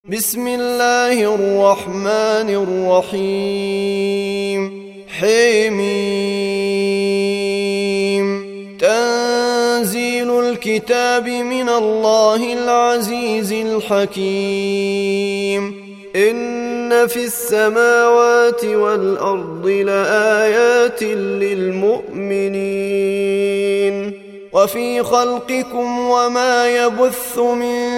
بسم الله الرحمن الرحيم حميم تنزيل الكتاب من الله العزيز الحكيم إن في السماوات والأرض لآيات للمؤمنين وفي خلقكم وما يبث من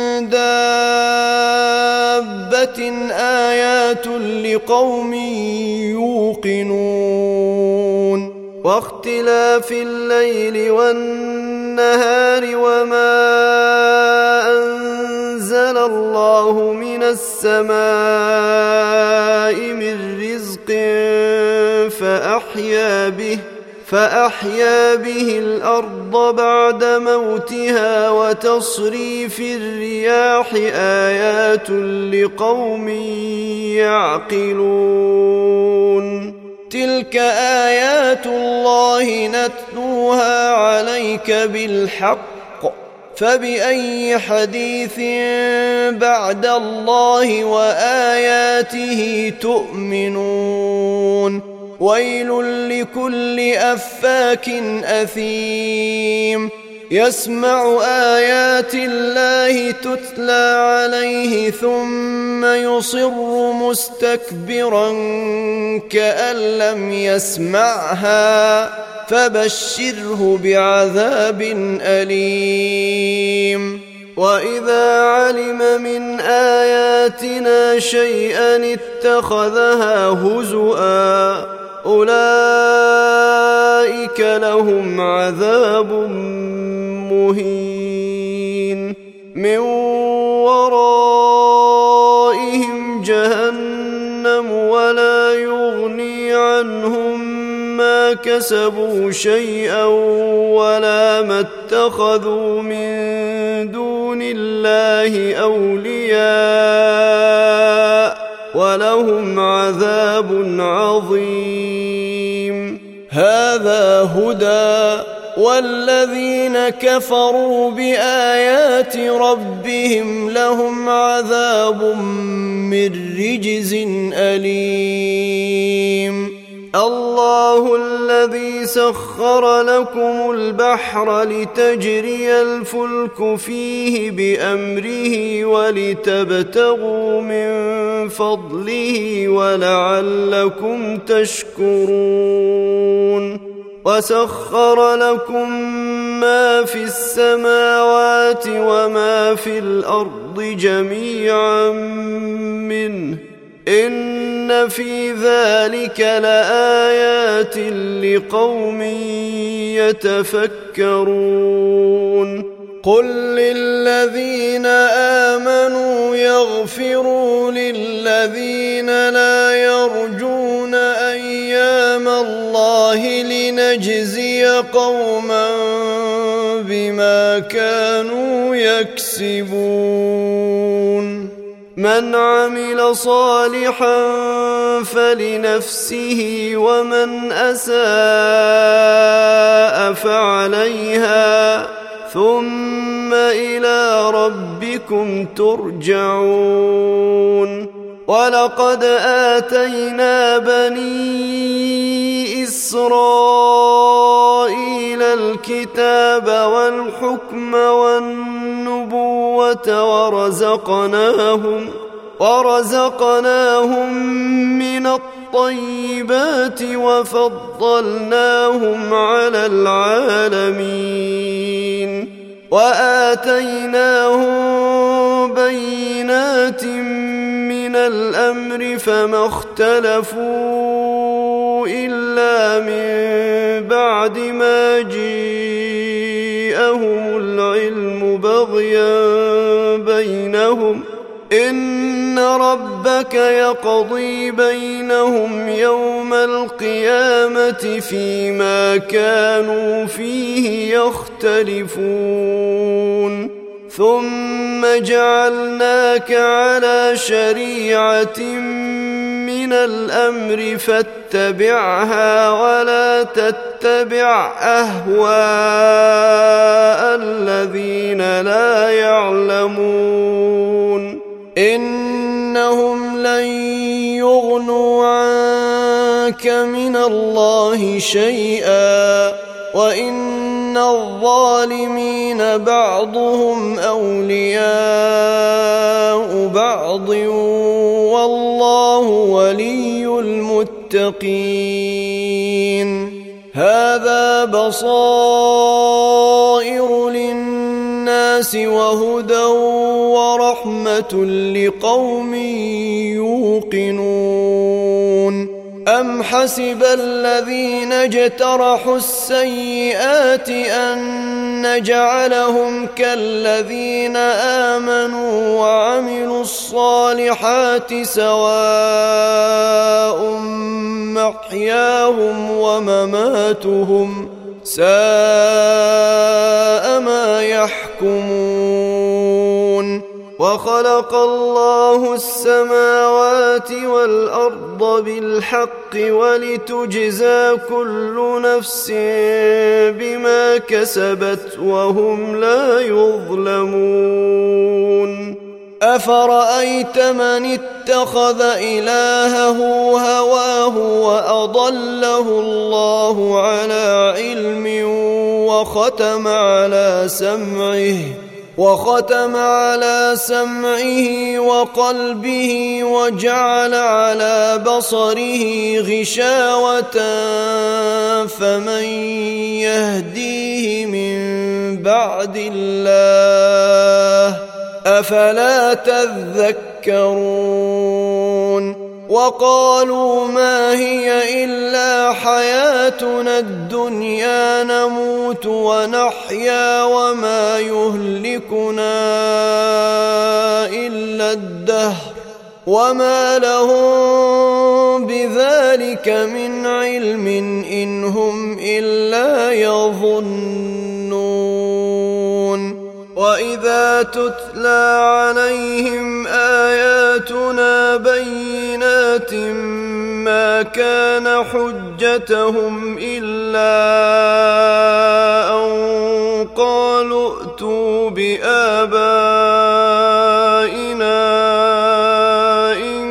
دابة آيات لقوم يوقنون واختلاف الليل والنهار وما أنزل الله من السماء من رزق فأحيا به الأرض بعد موتها وتصريف الرياح آيات لقوم يعقلون تلك آيات الله نتلوها عليك بالحق فبأي حديث بعد الله وآياته تؤمنون ويل لكل أفاك أثيم يسمع آيات الله تتلى عليه ثم يصر مستكبرا كأن لم يسمعها فبشره بعذاب أليم وإذا علم من آياتنا شيئا اتخذها هزؤا أولئك لهم عذاب مهين من ورائهم جهنم ولا يغني عنهم ما كسبوا شيئا ولا ما اتخذوا من دون الله أولياء ولهم عذاب عظيم هذا هدى والذين كفروا بآيات ربهم لهم عذاب من رجز أليم الله الذي سخر لكم البحر لتجري الفلك فيه بأمره ولتبتغوا من فضله ولعلكم تشكرون وسخر لكم ما في السماوات وما في الأرض جميعا منه إن في ذلك لآيات لقوم يتفكرون قل للذين آمنوا يغفروا للذين لا يرجون أيام الله لنجزي قوما بما كانوا يكسبون من عمل صالحا فلنفسه ومن أساء فعليها ثم إلى ربكم ترجعون ولقد آتينا بني إسرائيل الكتاب والحكم والنبوة ورزقناهم من الطيبات وفضلناهم على العالمين وآتيناهم بينات من الأمر فما اختلفوا إلا من بعد ما جاءهم العلم بغيا بينهم إن ربك يقضي بينهم يوم القيامة فيما كانوا فيه يختلفون ثم جعلناك على شريعة من الأمر فاتبعها ولا تتبع أهواء الذين لا يعلمون إنهم لن يغنوا عنك من الله شيئا وإن الظالمين بعضهم أولياء بعض والله ولي المتقين هذا بصائر للناس وهدى ورحمة لقوم يوقنون أم حسب الذين اجترحوا السيئات أن نجعلهم كالذين آمنوا وعملوا الصالحات سواء محياهم ومماتهم ساء ما يحكمون وخلق الله السماوات والأرض بالحق ولتجزى كل نفس بما كسبت وهم لا يظلمون أفرأيت من اتخذ إلهه هواه وأضله الله على علم وختم على سمعه وقلبه وجعل على بصره غشاوة فمن يهديه من بعد الله أفلا تذكرون وقالوا ما هي إلا حياتنا الدنيا نموت ونحيا وما يهلكنا إلا الدهر وما لهم بذلك من علم إن هم إلا يظنون وإذا تتلى عليهم آياتنا بينات ما كان حجتهم إلا أن قالوا ائتوا بآبائنا إن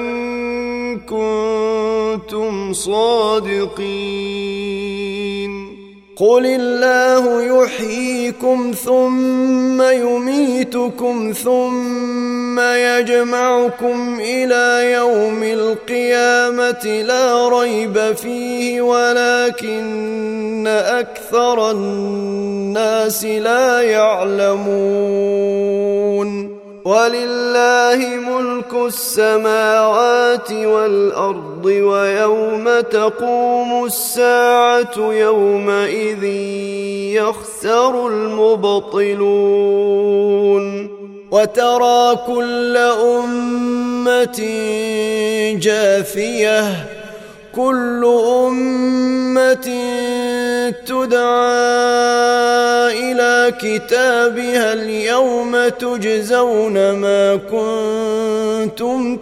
كنتم صادقين قل الله يحييكم ثم يميتكم ثم يجمعكم إلى يوم القيامة لا ريب فيه ولكن أكثر الناس لا يعلمون ولله ملك السماوات والأرض ويوم تقوم الساعة يومئذ يخسر المبطلون وترى كل أمة جاثية كل أمة تدعى إلى كتابها اليوم تجزون ما كنتم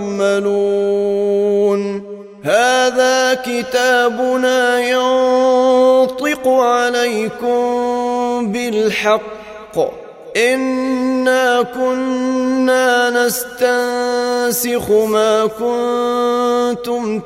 تعملون هذا كتابنا ينطق عليكم بالحق إنا كنا نستنسخ ما كنتم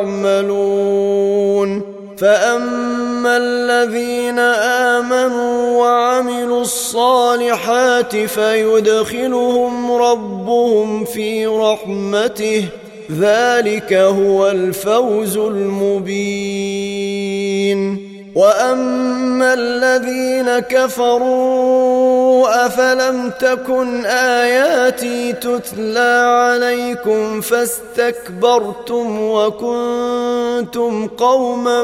تعملون فأما الذين آمنوا وعملوا الصالحات فيدخلهم ربهم في رحمته ذلك هو الفوز المبين وأما الذين كفروا أفلم تكن آياتي تتلى عليكم فاستكبرتم وكنتم قوما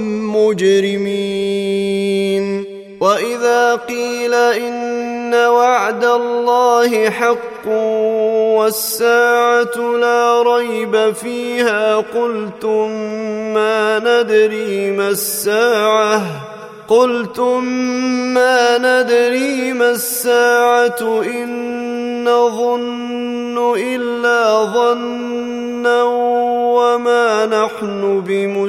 مجرمين وإذا قيل إن وعد الله حق والساعة لا ريب فيها قلتم ما ندري ما الساعة إن نظن إلا ظنا وما نحن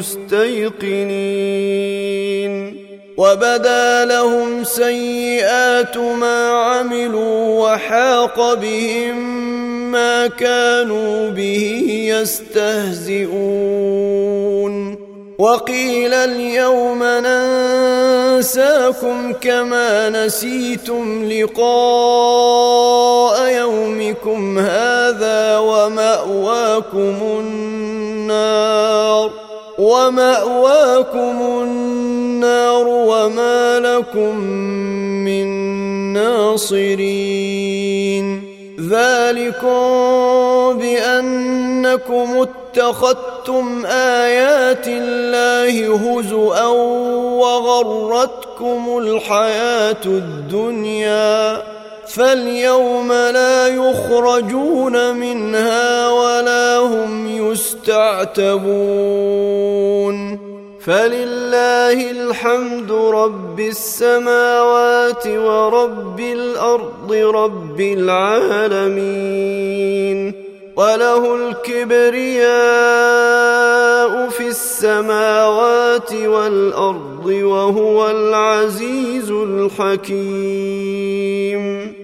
بمستيقنين وبدا لهم سيئات ما عملوا وحاق بهم ما كانوا به يستهزئون وقيل اليوم ننساكم كما نسيتم لقاء يومكم هذا ومأواكم النار وما لكم من ناصرين ذلكم بأنكم اتخذتم آيات الله هزؤا وغرتكم الحياة الدنيا فاليوم لا يخرجون منها ولا هم يستعتبون فلله الحمد رب السماوات ورب الأرض رب العالمين وله الكبرياء في السماوات والأرض وهو العزيز الحكيم